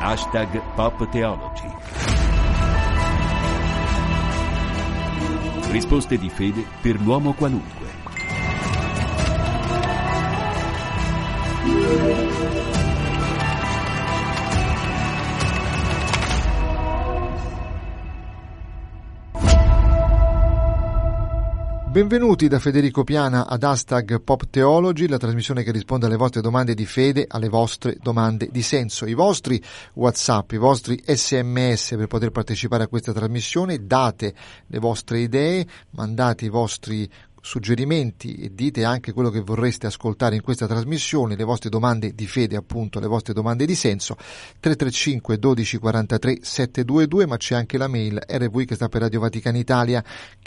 #PopTheology. Risposte di fede per l'uomo qualunque. Benvenuti da Federico Piana ad #PopTheology, la trasmissione che risponde alle vostre domande di fede, alle vostre domande di senso. I vostri WhatsApp, i vostri SMS per poter partecipare a questa trasmissione, date le vostre idee, mandate i vostri suggerimenti e dite anche quello che vorreste ascoltare in questa trasmissione, le vostre domande di fede, appunto, le vostre domande di senso. 335 12 43 722, ma c'è anche la mail RV che sta per Radio Vaticana Italia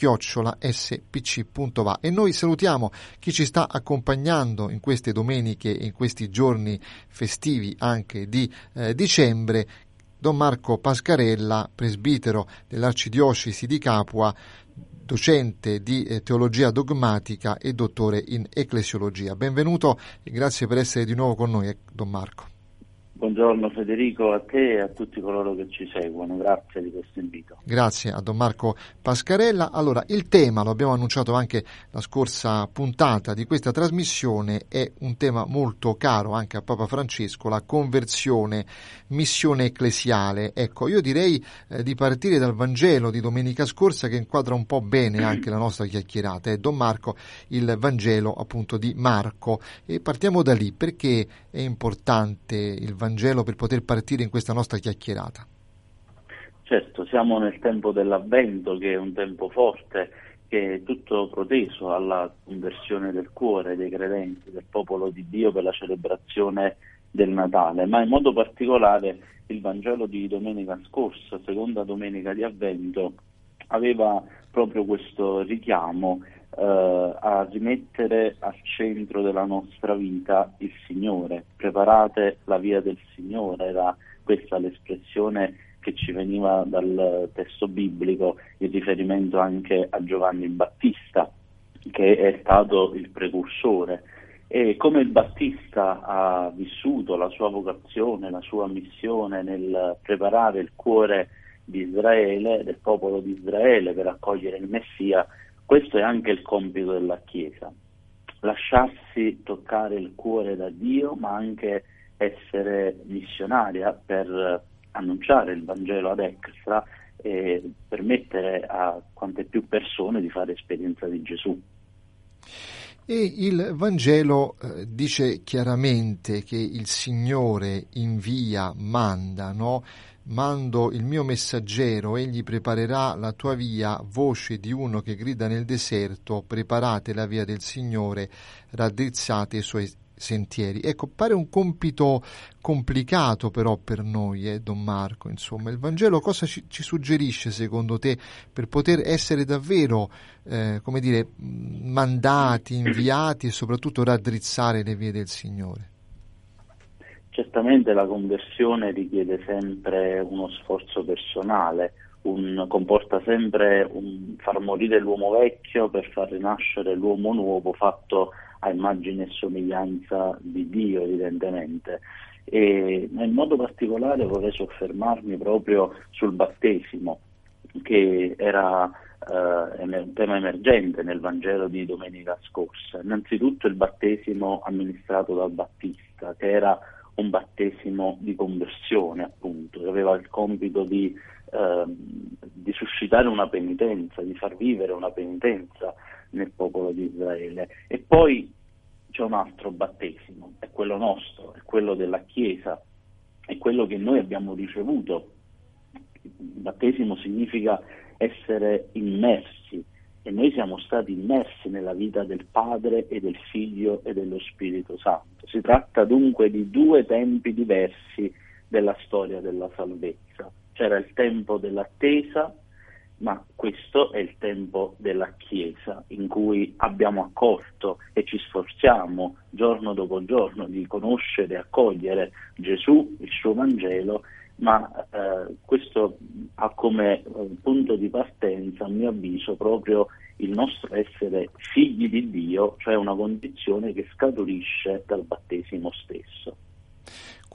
@spc.va. E noi salutiamo chi ci sta accompagnando in queste domeniche e in questi giorni festivi anche di dicembre. Don Marco Pascarella, presbitero dell'Arcidiocesi di Capua, docente di teologia dogmatica e dottore in ecclesiologia. Benvenuto e grazie per essere di nuovo con noi, Don Marco. Buongiorno Federico, a te e a tutti coloro che ci seguono, grazie di questo invito. Grazie a Don Marco Pascarella. Allora, il tema, lo abbiamo annunciato anche la scorsa puntata di questa trasmissione, è un tema molto caro anche a Papa Francesco, la conversione, missione ecclesiale. Ecco, io direi di partire dal Vangelo di domenica scorsa, che inquadra un po' bene anche la nostra chiacchierata. Don Marco, il Vangelo appunto di Marco. E partiamo da lì, perché è importante il Vangelo per poter partire in questa nostra chiacchierata? Certo, siamo nel tempo dell'Avvento, che è un tempo forte, che è tutto proteso alla conversione del cuore dei credenti, del popolo di Dio, per la celebrazione del Natale, ma in modo particolare il Vangelo di domenica scorsa, seconda domenica di Avvento, aveva proprio questo richiamo a rimettere al centro della nostra vita il Signore. Preparate la via del Signore, era questa l'espressione che ci veniva dal testo biblico, in riferimento anche a Giovanni Battista, che è stato il precursore. E come il Battista ha vissuto la sua vocazione, la sua missione nel preparare il cuore di Israele, del popolo di Israele, per accogliere il Messia, questo è anche il compito della Chiesa: lasciarsi toccare il cuore da Dio, ma anche essere missionaria per annunciare il Vangelo ad extra e permettere a quante più persone di fare esperienza di Gesù. E il Vangelo dice chiaramente che il Signore invia, manda, no? Mando il mio messaggero, egli preparerà la tua via, voce di uno che grida nel deserto, preparate la via del Signore, raddrizzate i suoi sentieri. Ecco, pare un compito complicato però per noi, Don Marco. Insomma, il Vangelo cosa ci suggerisce secondo te per poter essere davvero, mandati, inviati e soprattutto raddrizzare le vie del Signore? Certamente la conversione richiede sempre uno sforzo personale, comporta sempre un far morire l'uomo vecchio per far rinascere l'uomo nuovo, fatto a immagine e somiglianza di Dio, evidentemente. E in modo particolare vorrei soffermarmi proprio sul battesimo, che era un tema emergente nel Vangelo di domenica scorsa. Innanzitutto il battesimo amministrato dal Battista, che era un battesimo di conversione, appunto, che aveva il compito di suscitare una penitenza, di far vivere una penitenza nel popolo di Israele. E poi c'è un altro battesimo, è quello nostro, è quello della Chiesa, è quello che noi abbiamo ricevuto. Il battesimo significa essere immersi, e noi siamo stati immersi nella vita del Padre e del Figlio e dello Spirito Santo. Si tratta dunque di due tempi diversi della storia della salvezza. C'era il tempo dell'attesa, ma questo è il tempo della Chiesa, in cui abbiamo accolto e ci sforziamo giorno dopo giorno di conoscere e accogliere Gesù, il suo Vangelo, ma questo ha come punto di partenza, a mio avviso, proprio il nostro essere figli di Dio, cioè una condizione che scaturisce dal battesimo stesso.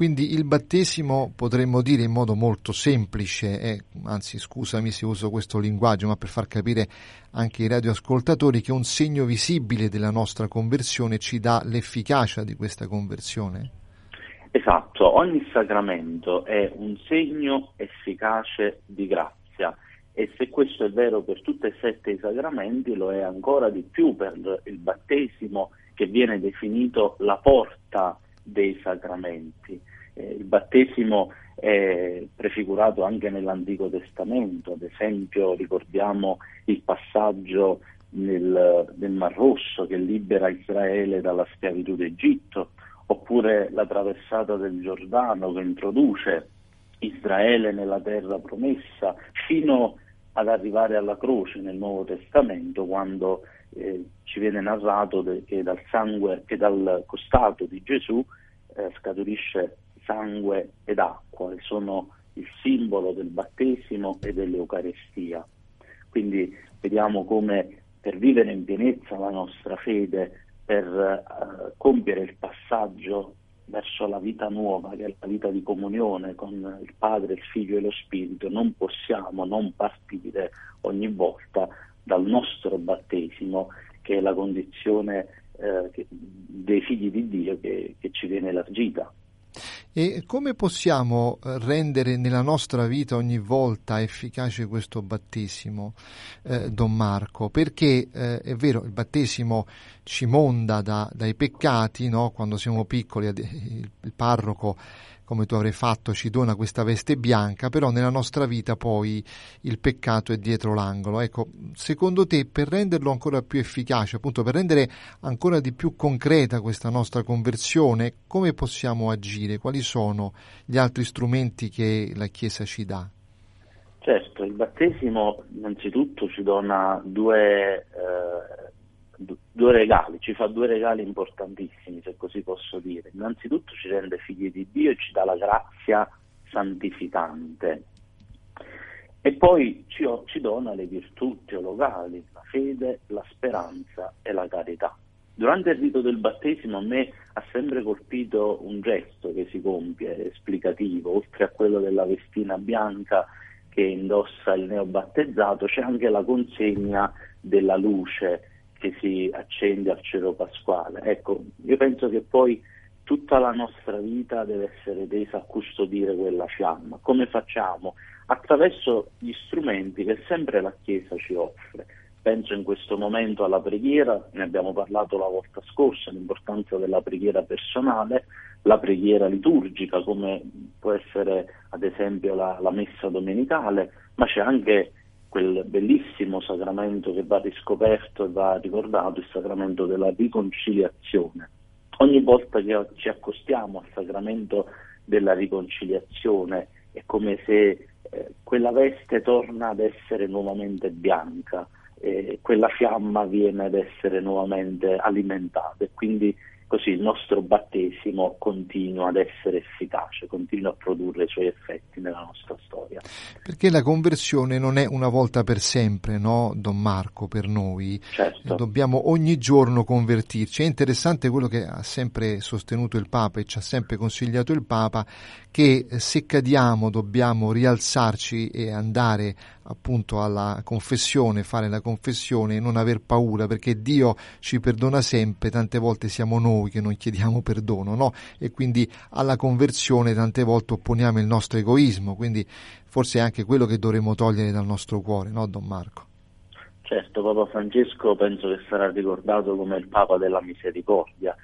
Quindi il battesimo, potremmo dire in modo molto semplice, anzi scusami se uso questo linguaggio, ma per far capire anche ai radioascoltatori, che è un segno visibile della nostra conversione, ci dà l'efficacia di questa conversione. Esatto, ogni sacramento è un segno efficace di grazia, e se questo è vero per tutti e 7 i sacramenti, lo è ancora di più per il battesimo, che viene definito la porta dei sacramenti. Il battesimo è prefigurato anche nell'Antico Testamento, ad esempio ricordiamo il passaggio nel Mar Rosso che libera Israele dalla schiavitù d'Egitto, oppure la traversata del Giordano che introduce Israele nella terra promessa, fino ad arrivare alla croce nel Nuovo Testamento, quando ci viene narrato che dal costato di Gesù scaturisce sangue ed acqua, che sono il simbolo del battesimo e dell'Eucaristia. Quindi vediamo come per vivere in pienezza la nostra fede, per compiere il passaggio verso la vita nuova, che è la vita di comunione con il Padre, il Figlio e lo Spirito, non possiamo non partire ogni volta dal nostro battesimo, che è la condizione dei figli di Dio che ci viene elargita. E come possiamo rendere nella nostra vita ogni volta efficace questo battesimo, Don Marco? Perché è vero, il battesimo ci monda dai peccati, no? Quando siamo piccoli il parroco, come tu avrai fatto, ci dona questa veste bianca, però nella nostra vita poi il peccato è dietro l'angolo. Ecco, secondo te, per renderlo ancora più efficace, appunto per rendere ancora di più concreta questa nostra conversione, come possiamo agire? Quali sono gli altri strumenti che la Chiesa ci dà? Certo, il battesimo innanzitutto ci dona due regali, ci fa 2 regali importantissimi, se così posso dire. Innanzitutto ci rende figli di Dio e ci dà la grazia santificante, e poi ci dona le virtù teologali, la fede, la speranza e la carità. Durante il rito del battesimo a me ha sempre colpito un gesto che si compie, esplicativo. Oltre a quello della vestina bianca che indossa il neobattezzato, c'è anche la consegna della luce che si accende al cero pasquale. Ecco, io penso che poi tutta la nostra vita deve essere tesa a custodire quella fiamma. Come facciamo? Attraverso gli strumenti che sempre la Chiesa ci offre. Penso in questo momento alla preghiera, ne abbiamo parlato la volta scorsa, l'importanza della preghiera personale, la preghiera liturgica, come può essere ad esempio la messa domenicale, ma c'è anche quel bellissimo sacramento che va riscoperto e va ricordato, il sacramento della riconciliazione. Ogni volta che ci accostiamo al sacramento della riconciliazione è come se quella veste torna ad essere nuovamente bianca, quella fiamma viene ad essere nuovamente alimentata, e quindi così il nostro battesimo continua ad essere efficace, continua a produrre i suoi effetti nella nostra storia. Perché la conversione non è una volta per sempre, no, Don Marco, per noi. Certo. Dobbiamo ogni giorno convertirci. È interessante quello che ha sempre sostenuto il Papa e ci ha sempre consigliato il Papa, che se cadiamo dobbiamo rialzarci e andare appunto alla confessione, fare la confessione e non aver paura, perché Dio ci perdona sempre, tante volte siamo noi che non chiediamo perdono, no? E quindi alla conversione tante volte opponiamo il nostro egoismo, quindi forse è anche quello che dovremmo togliere dal nostro cuore, no, Don Marco? Certo, Papa Francesco penso che sarà ricordato come il Papa della misericordia.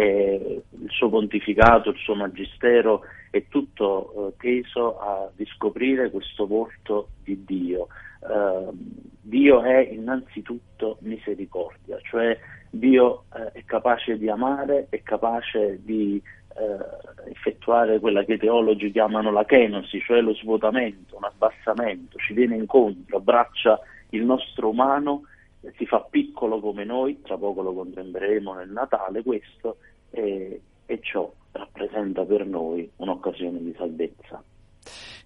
Il suo pontificato, il suo magistero è tutto teso a riscoprire questo volto di Dio. Dio è innanzitutto misericordia, cioè Dio è capace di amare, è capace di effettuare quella che i teologi chiamano la kenosi, cioè lo svuotamento, un abbassamento, ci viene incontro, abbraccia il nostro umano, si fa piccolo come noi, tra poco lo contempleremo nel Natale questo, e ciò rappresenta per noi un'occasione di salvezza.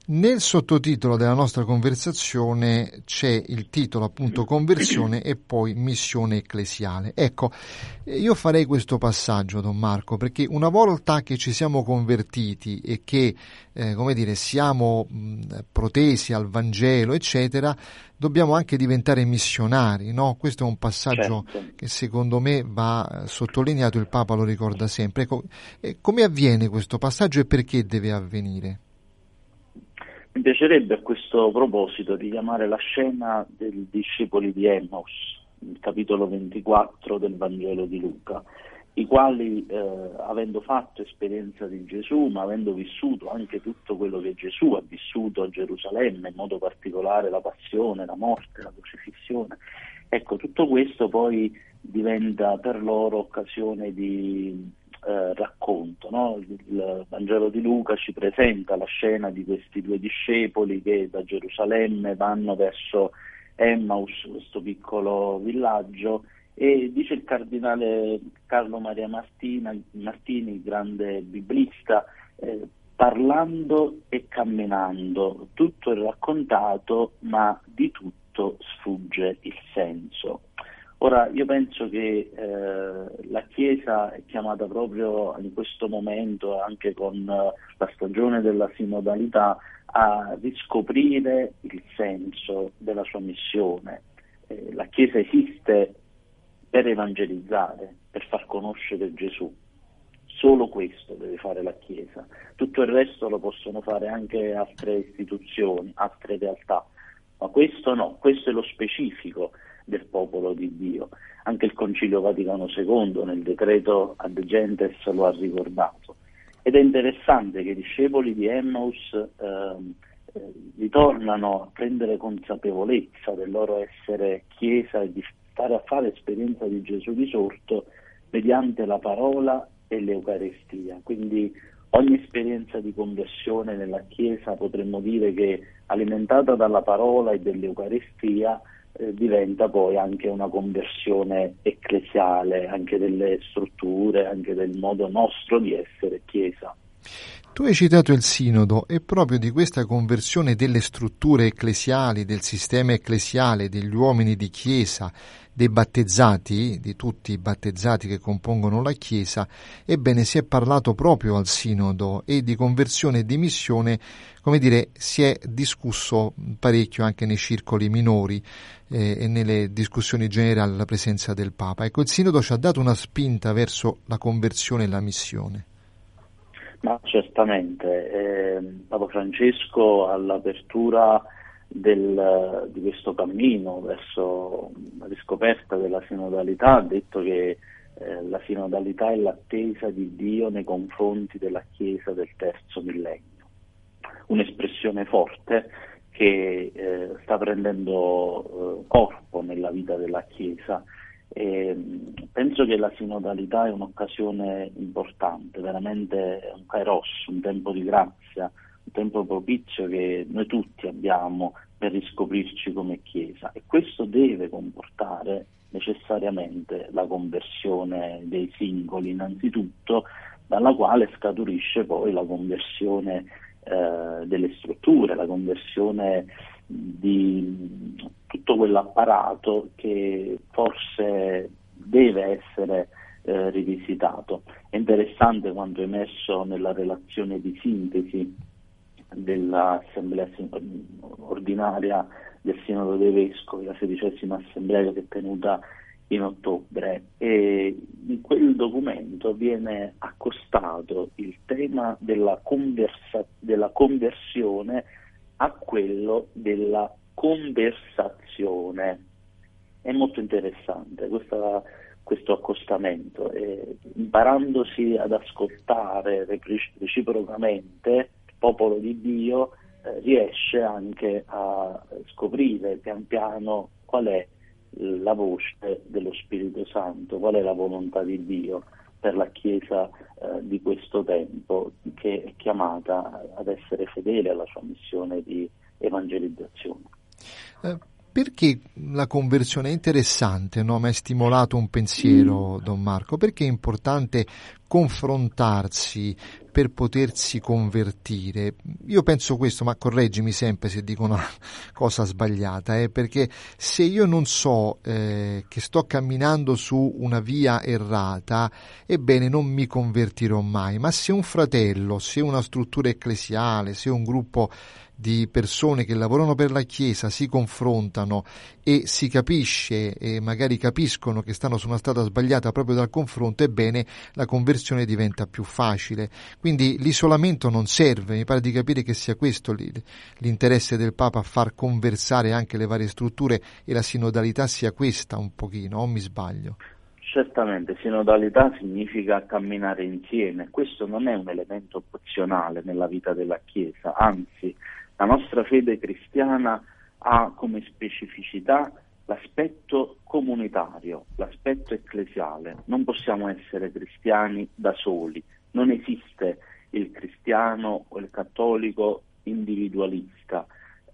Nel sottotitolo della nostra conversazione c'è il titolo appunto conversione e poi missione ecclesiale. Ecco, io farei questo passaggio, Don Marco, perché una volta che ci siamo convertiti e che, siamo protesi al Vangelo, eccetera, dobbiamo anche diventare missionari, no? Questo è un passaggio che secondo me va sottolineato, il Papa lo ricorda sempre. Ecco, come avviene questo passaggio e perché deve avvenire? Mi piacerebbe a questo proposito richiamare la scena dei discepoli di Emmaus, il capitolo 24 del Vangelo di Luca, i quali, avendo fatto esperienza di Gesù, ma avendo vissuto anche tutto quello che Gesù ha vissuto a Gerusalemme, in modo particolare la passione, la morte, la crocifissione, ecco, tutto questo poi diventa per loro occasione di racconto, no? Il Vangelo di Luca ci presenta la scena di questi due discepoli che da Gerusalemme vanno verso Emmaus, questo piccolo villaggio, e dice il cardinale Carlo Maria Martini, grande biblista, parlando e camminando, tutto è raccontato, ma di tutto sfugge il senso. Ora, io penso che la Chiesa è chiamata proprio in questo momento, anche con la stagione della sinodalità, a riscoprire il senso della sua missione. La Chiesa esiste per evangelizzare, per far conoscere Gesù. Solo questo deve fare la Chiesa. Tutto il resto lo possono fare anche altre istituzioni, altre realtà, ma questo no, questo è lo specifico del popolo di Dio. Anche il Concilio Vaticano II nel decreto Ad Gentes lo ha ricordato. Ed è interessante che i discepoli di Emmaus ritornano a prendere consapevolezza del loro essere Chiesa e di stare a fare esperienza di Gesù risorto mediante la parola e l'Eucaristia. Quindi ogni esperienza di conversione nella Chiesa potremmo dire che, alimentata dalla parola e dell'Eucaristia, diventa poi anche una conversione ecclesiale, anche delle strutture, anche del modo nostro di essere Chiesa. Tu hai citato il Sinodo e proprio di questa conversione delle strutture ecclesiali, del sistema ecclesiale, degli uomini di Chiesa, dei battezzati, di tutti i battezzati che compongono la Chiesa, ebbene si è parlato proprio al Sinodo, e di conversione e di missione, si è discusso parecchio anche nei circoli minori e nelle discussioni generali alla presenza del Papa. Ecco, il Sinodo ci ha dato una spinta verso la conversione e la missione. Ma certamente, Papa Francesco all'apertura di questo cammino verso la riscoperta della sinodalità ha detto che la sinodalità è l'attesa di Dio nei confronti della Chiesa del terzo millennio. Un'espressione forte che sta prendendo corpo nella vita della Chiesa. Penso che la sinodalità è un'occasione importante, veramente è un kairos, un tempo di grazia, un tempo propizio che noi tutti abbiamo per riscoprirci come Chiesa, e questo deve comportare necessariamente la conversione dei singoli innanzitutto, dalla quale scaturisce poi la conversione delle strutture, la conversione di tutto quell'apparato che forse deve essere rivisitato. È interessante quanto emerso nella relazione di sintesi dell'assemblea ordinaria del Sinodo dei Vescovi, la 16ª assemblea che è tenuta in ottobre, e in quel documento viene accostato il tema della conversione a quello della conversazione. È molto interessante questo accostamento, imparandosi ad ascoltare reciprocamente, il popolo di Dio riesce anche a scoprire pian piano qual è la voce dello Spirito Santo, qual è la volontà di Dio per la Chiesa di questo tempo, che è chiamata ad essere fedele alla sua missione di evangelizzazione. Perché la conversione è interessante, no? Mi ha stimolato un pensiero, Don Marco, perché è importante confrontarsi per potersi convertire. Io penso questo, ma correggimi sempre se dico una cosa sbagliata, perché se io non so che sto camminando su una via errata, ebbene non mi convertirò mai, ma se un fratello, se una struttura ecclesiale, se un gruppo di persone che lavorano per la Chiesa si confrontano e si capisce e magari capiscono che stanno su una strada sbagliata proprio dal confronto, ebbene la conversione diventa più facile. Quindi l'isolamento non serve, mi pare di capire che sia questo l'interesse del Papa, a far conversare anche le varie strutture, e la sinodalità sia questa un pochino, o mi sbaglio? Certamente, sinodalità significa camminare insieme. Questo non è un elemento opzionale nella vita della Chiesa, anzi la nostra fede cristiana ha come specificità l'aspetto comunitario, l'aspetto ecclesiale. Non possiamo essere cristiani da soli, non esiste il cristiano o il cattolico individualista,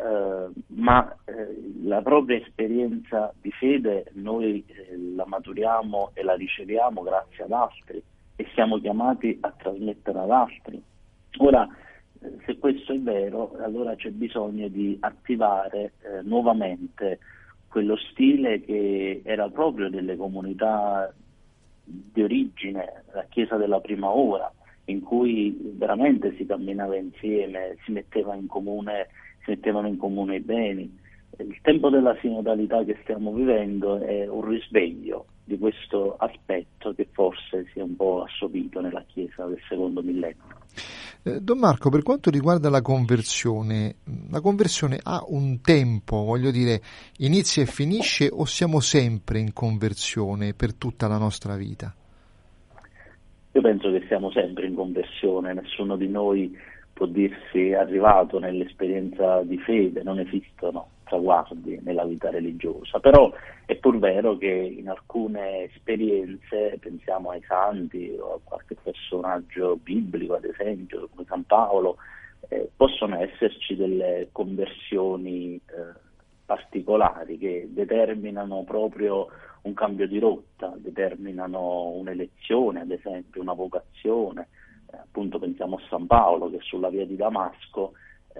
ma la propria esperienza di fede noi la maturiamo e la riceviamo grazie ad altri e siamo chiamati a trasmettere ad altri. Ora, se questo è vero, allora c'è bisogno di attivare nuovamente quello stile che era proprio delle comunità di origine, la Chiesa della prima ora, in cui veramente si camminava insieme, si mettevano in comune i beni. Il tempo della sinodalità che stiamo vivendo è un risveglio di questo aspetto che forse si è un po' assopito nella Chiesa del secondo millennio. Don Marco, per quanto riguarda la conversione ha un tempo, voglio dire, inizia e finisce, o siamo sempre in conversione per tutta la nostra vita? Io penso che siamo sempre in conversione, nessuno di noi può dirsi arrivato nell'esperienza di fede, non esistono traguardi nella vita religiosa, però è pur vero che in alcune esperienze, pensiamo ai santi o a qualche personaggio biblico ad esempio, come San Paolo, possono esserci delle conversioni particolari che determinano proprio un cambio di rotta, determinano un'elezione, ad esempio una vocazione. Appunto pensiamo a San Paolo che sulla via di Damasco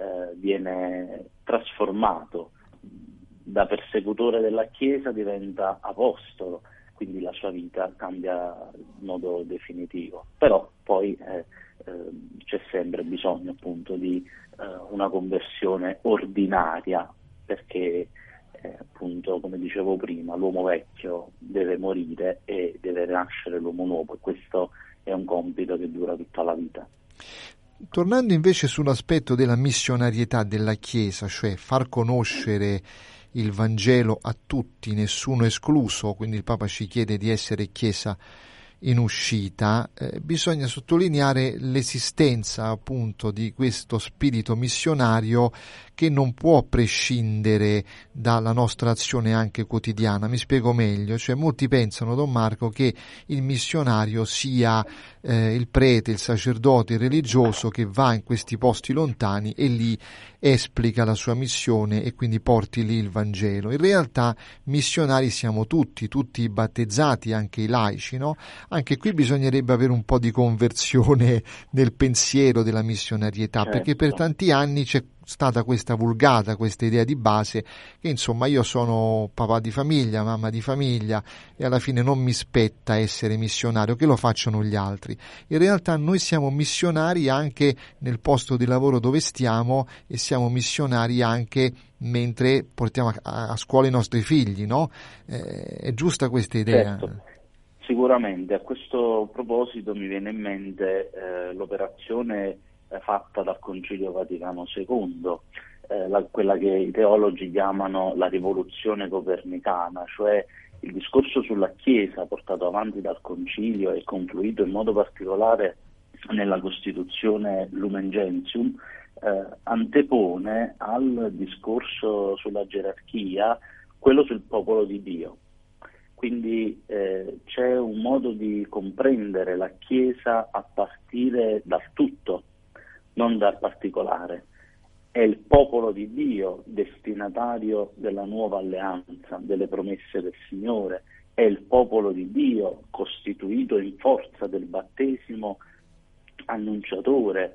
viene trasformato, da persecutore della Chiesa diventa apostolo, quindi la sua vita cambia in modo definitivo. Però poi c'è sempre bisogno appunto di una conversione ordinaria, perché appunto, come dicevo prima, l'uomo vecchio deve morire e deve nascere l'uomo nuovo, e questo è un compito che dura tutta la vita. Tornando invece sull'aspetto della missionarietà della Chiesa, cioè far conoscere il Vangelo a tutti, nessuno escluso, quindi il Papa ci chiede di essere Chiesa in uscita, bisogna sottolineare l'esistenza appunto di questo spirito missionario che non può prescindere dalla nostra azione anche quotidiana. Mi spiego meglio, cioè molti pensano, Don Marco, che il missionario sia il prete, il sacerdote, il religioso che va in questi posti lontani e lì esplica la sua missione e quindi porti lì il Vangelo. In realtà missionari siamo tutti i battezzati, anche i laici, no? Anche qui bisognerebbe avere un po' di conversione nel pensiero della missionarietà, certo. Perché per tanti anni c'è stata questa vulgata, questa idea di base che insomma io sono papà di famiglia, mamma di famiglia e alla fine non mi spetta essere missionario, che lo facciano gli altri. In realtà noi siamo missionari anche nel posto di lavoro dove stiamo e siamo missionari anche mentre portiamo a scuola i nostri figli, no? È giusta questa idea? Certo. Sicuramente, a questo proposito mi viene in mente l'operazione fatta dal Concilio Vaticano II, quella che i teologi chiamano la rivoluzione copernicana, cioè il discorso sulla Chiesa portato avanti dal Concilio e confluito in modo particolare nella Costituzione Lumen Gentium, antepone al discorso sulla gerarchia quello sul popolo di Dio. Quindi c'è un modo di comprendere la Chiesa a partire dal tutto, non dal particolare. È il popolo di Dio destinatario della nuova alleanza, delle promesse del Signore, è il popolo di Dio costituito in forza del battesimo, annunciatore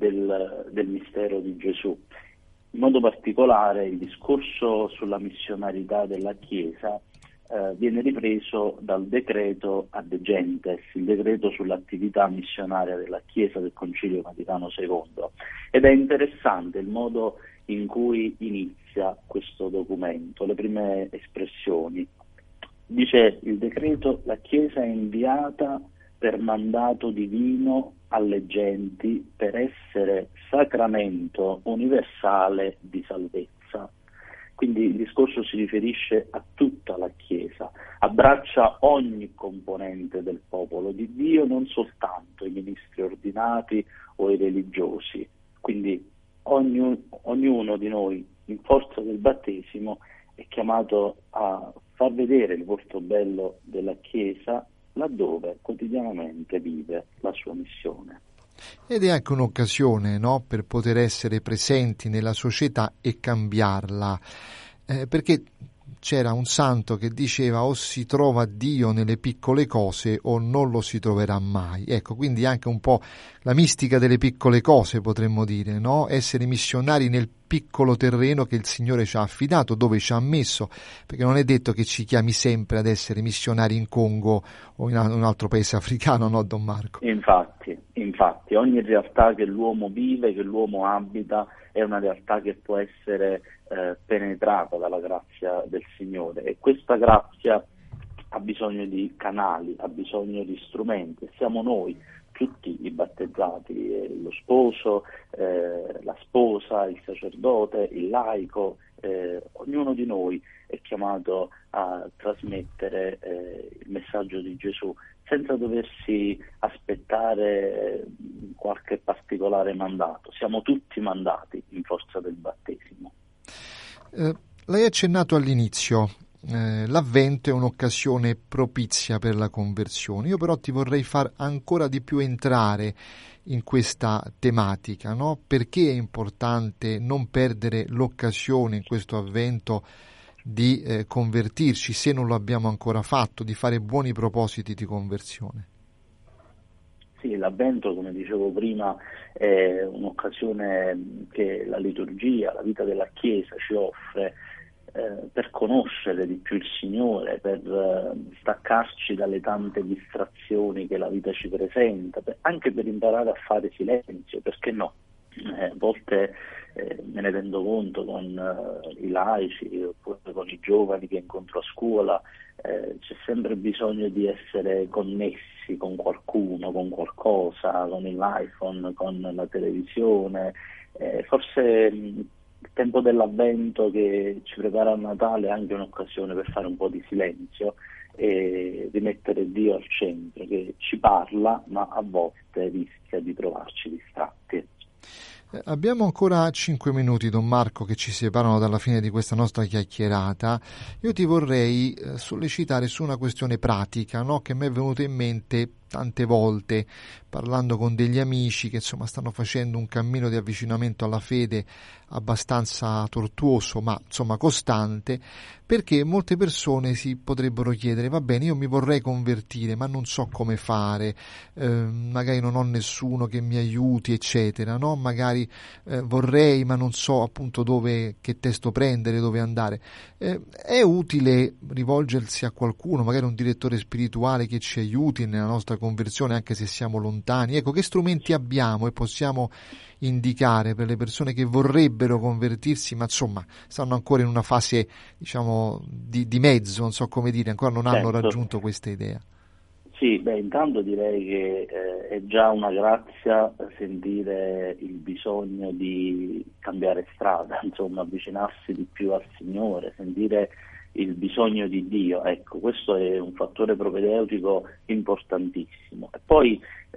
del mistero di Gesù. In modo particolare il discorso sulla missionarità della Chiesa viene ripreso dal decreto Ad Gentes, il decreto sull'attività missionaria della Chiesa del Concilio Vaticano II, ed è interessante il modo in cui inizia questo documento, le prime espressioni. Dice il decreto: la Chiesa è inviata per mandato divino alle genti per essere sacramento universale di salvezza. Quindi il discorso si riferisce a tutta la Chiesa, abbraccia ogni componente del popolo di Dio, non soltanto i ministri ordinati o i religiosi. Quindi ognuno di noi, in forza del battesimo, è chiamato a far vedere il volto bello della Chiesa laddove quotidianamente vive la sua missione. Ed è anche un'occasione, no, per poter essere presenti nella società e cambiarla, perché c'era un santo che diceva: o si trova Dio nelle piccole cose o non lo si troverà mai. Ecco, quindi anche un po' la mistica delle piccole cose, potremmo dire, no? Essere missionari nel piccolo terreno che il Signore ci ha affidato, dove ci ha messo, perché non è detto che ci chiami sempre ad essere missionari in Congo o in un altro paese africano, no, Don Marco? Infatti, ogni realtà che l'uomo vive, che l'uomo abita, è una realtà che può essere penetrata dalla grazia del Signore, e questa grazia ha bisogno di canali, ha bisogno di strumenti. Siamo noi tutti i battezzati, lo sposo, la sposa, il sacerdote, il laico, ognuno di noi è chiamato a trasmettere il messaggio di Gesù senza doversi aspettare qualche particolare mandato. Siamo tutti mandati in forza del battesimo. Lei ha accennato all'inizio, l'Avvento è un'occasione propizia per la conversione. Io però ti vorrei far ancora di più entrare in questa tematica, no? Perché è importante non perdere l'occasione in questo Avvento di convertirci, se non lo abbiamo ancora fatto, di fare buoni propositi di conversione. Sì, l'Avvento, come dicevo prima, è un'occasione che la liturgia, la vita della Chiesa ci offre per conoscere di più il Signore, per staccarci dalle tante distrazioni che la vita ci presenta, anche per imparare a fare silenzio, perché no? A volte me ne rendo conto con i laici oppure con i giovani che incontro a scuola, c'è sempre bisogno di essere connessi con qualcuno, con qualcosa, con l'iPhone, con la televisione. Forse il tempo dell'Avvento che ci prepara a Natale è anche un'occasione per fare un po' di silenzio e rimettere Dio al centro, che ci parla ma a volte rischia di trovarci distratti. Abbiamo ancora 5 minuti, Don Marco, che ci separano dalla fine di questa nostra chiacchierata. Io ti vorrei sollecitare su una questione pratica, no? Che mi è venuta in mente tante volte parlando con degli amici che insomma stanno facendo un cammino di avvicinamento alla fede abbastanza tortuoso ma insomma costante, perché molte persone si potrebbero chiedere: va bene, io mi vorrei convertire ma non so come fare, magari non ho nessuno che mi aiuti eccetera, no? Magari vorrei ma non so appunto che testo prendere, dove andare. È utile rivolgersi a qualcuno, magari un direttore spirituale che ci aiuti nella nostra conversione anche se siamo lontani? Ecco, che strumenti abbiamo e possiamo indicare per le persone che vorrebbero convertirsi ma insomma stanno ancora in una fase, diciamo, di mezzo, non so come dire, ancora non hanno raggiunto questa idea? Sì, intanto direi che è già una grazia sentire il bisogno di cambiare strada, insomma avvicinarsi di più al Signore, sentire il bisogno di Dio. Ecco, questo è un fattore propedeutico importantissimo. E poi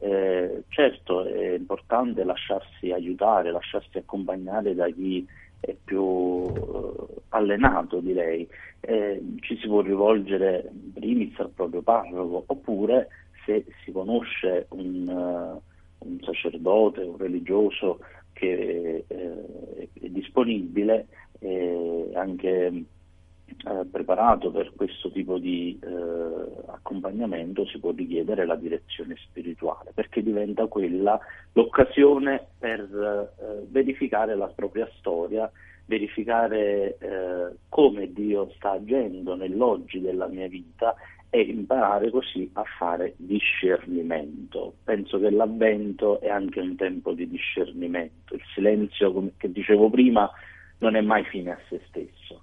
certo è importante lasciarsi aiutare, lasciarsi accompagnare da chi è più allenato, direi. Ci si può rivolgere in primis al proprio parroco, oppure se si conosce un sacerdote, un religioso che è disponibile, anche preparato per questo tipo di accompagnamento si può richiedere la direzione spirituale, perché diventa quella l'occasione per verificare la propria storia, verificare come Dio sta agendo nell'oggi della mia vita e imparare così a fare discernimento. Penso che l'Avvento è anche un tempo di discernimento. Il silenzio, come che dicevo prima, non è mai fine a se stesso,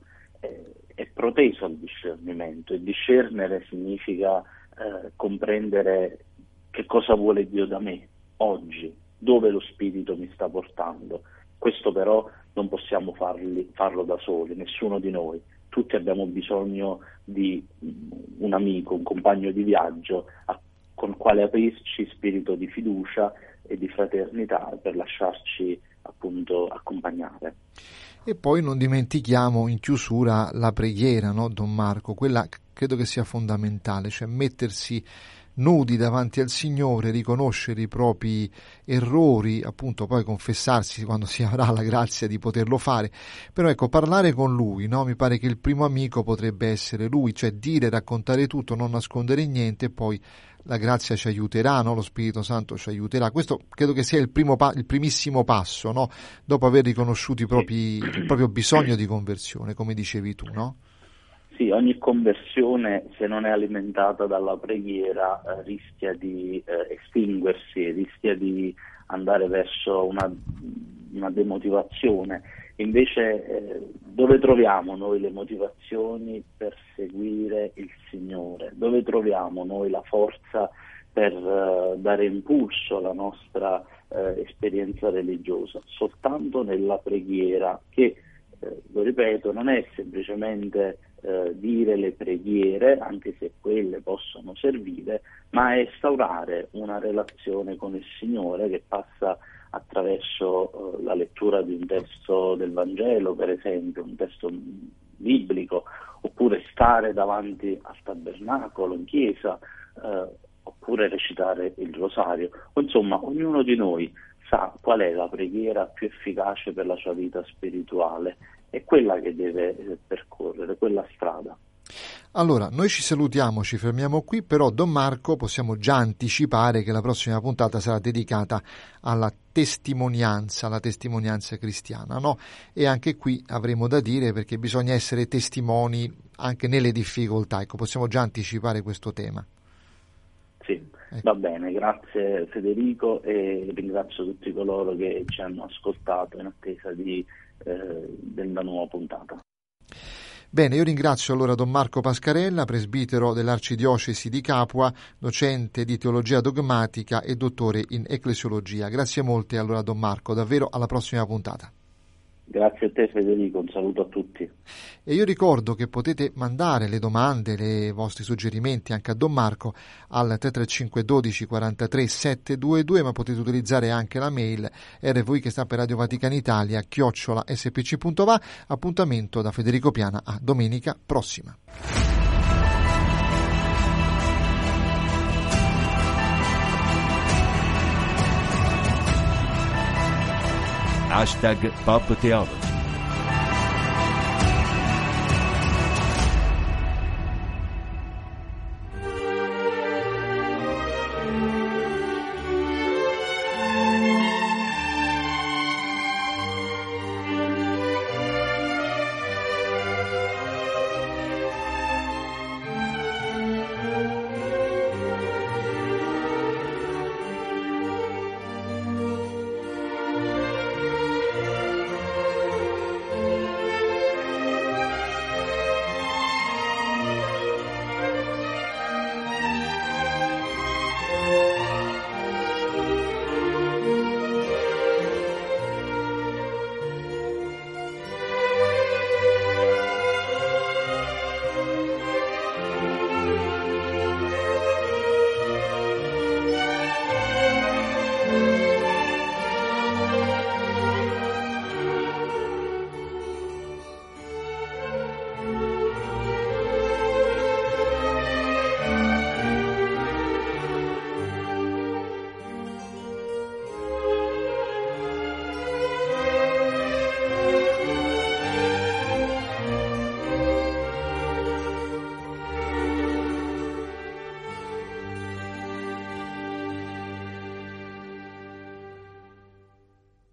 è proteso al discernimento, e discernere significa comprendere che cosa vuole Dio da me oggi, dove lo Spirito mi sta portando. Questo però non possiamo farlo da soli, nessuno di noi. Tutti abbiamo bisogno di un amico, un compagno di viaggio con il quale aprirci, spirito di fiducia e di fraternità, per lasciarci appunto accompagnare. E poi non dimentichiamo in chiusura la preghiera, no, Don Marco? Quella credo che sia fondamentale, cioè mettersi nudi davanti al Signore, riconoscere i propri errori, appunto poi confessarsi quando si avrà la grazia di poterlo fare, però ecco, parlare con Lui, no? Mi pare che il primo amico potrebbe essere Lui, cioè dire, raccontare tutto, non nascondere niente, e poi la grazia ci aiuterà, no? Lo Spirito Santo ci aiuterà. Questo credo che sia il primissimo passo, no? Dopo aver riconosciuto il proprio bisogno di conversione, come dicevi tu, no? Sì, ogni conversione, se non è alimentata dalla preghiera, rischia di estinguersi, rischia di andare verso una demotivazione. Invece dove troviamo noi le motivazioni per seguire il Signore? Dove troviamo noi la forza per dare impulso alla nostra esperienza religiosa? Soltanto nella preghiera, che, lo ripeto, non è semplicemente dire le preghiere, anche se quelle possono servire, ma è instaurare una relazione con il Signore che passa attraverso la lettura di un testo del Vangelo, per esempio, un testo biblico, oppure stare davanti al tabernacolo in chiesa, oppure recitare il rosario. Insomma, ognuno di noi sa qual è la preghiera più efficace per la sua vita spirituale. È quella che deve percorrere, quella strada. Allora, noi ci salutiamo, ci fermiamo qui, però Don Marco possiamo già anticipare che la prossima puntata sarà dedicata alla testimonianza cristiana, no? E anche qui avremo da dire, perché bisogna essere testimoni anche nelle difficoltà. Ecco, possiamo già anticipare questo tema. Sì, va bene, grazie Federico, e ringrazio tutti coloro che ci hanno ascoltato in attesa della nuova puntata. Bene, io ringrazio allora Don Marco Pascarella, presbitero dell'Arcidiocesi di Capua, docente di teologia dogmatica e dottore in ecclesiologia. Grazie molte allora Don Marco, davvero alla prossima puntata. Grazie a te Federico, un saluto a tutti. E io ricordo che potete mandare le domande, i vostri suggerimenti anche a Don Marco al 335 12 43 722, ma potete utilizzare anche la mail RVI che sta per Radio Vaticana Italia @spc.va. Appuntamento da Federico Piana a domenica prossima. #PopTheology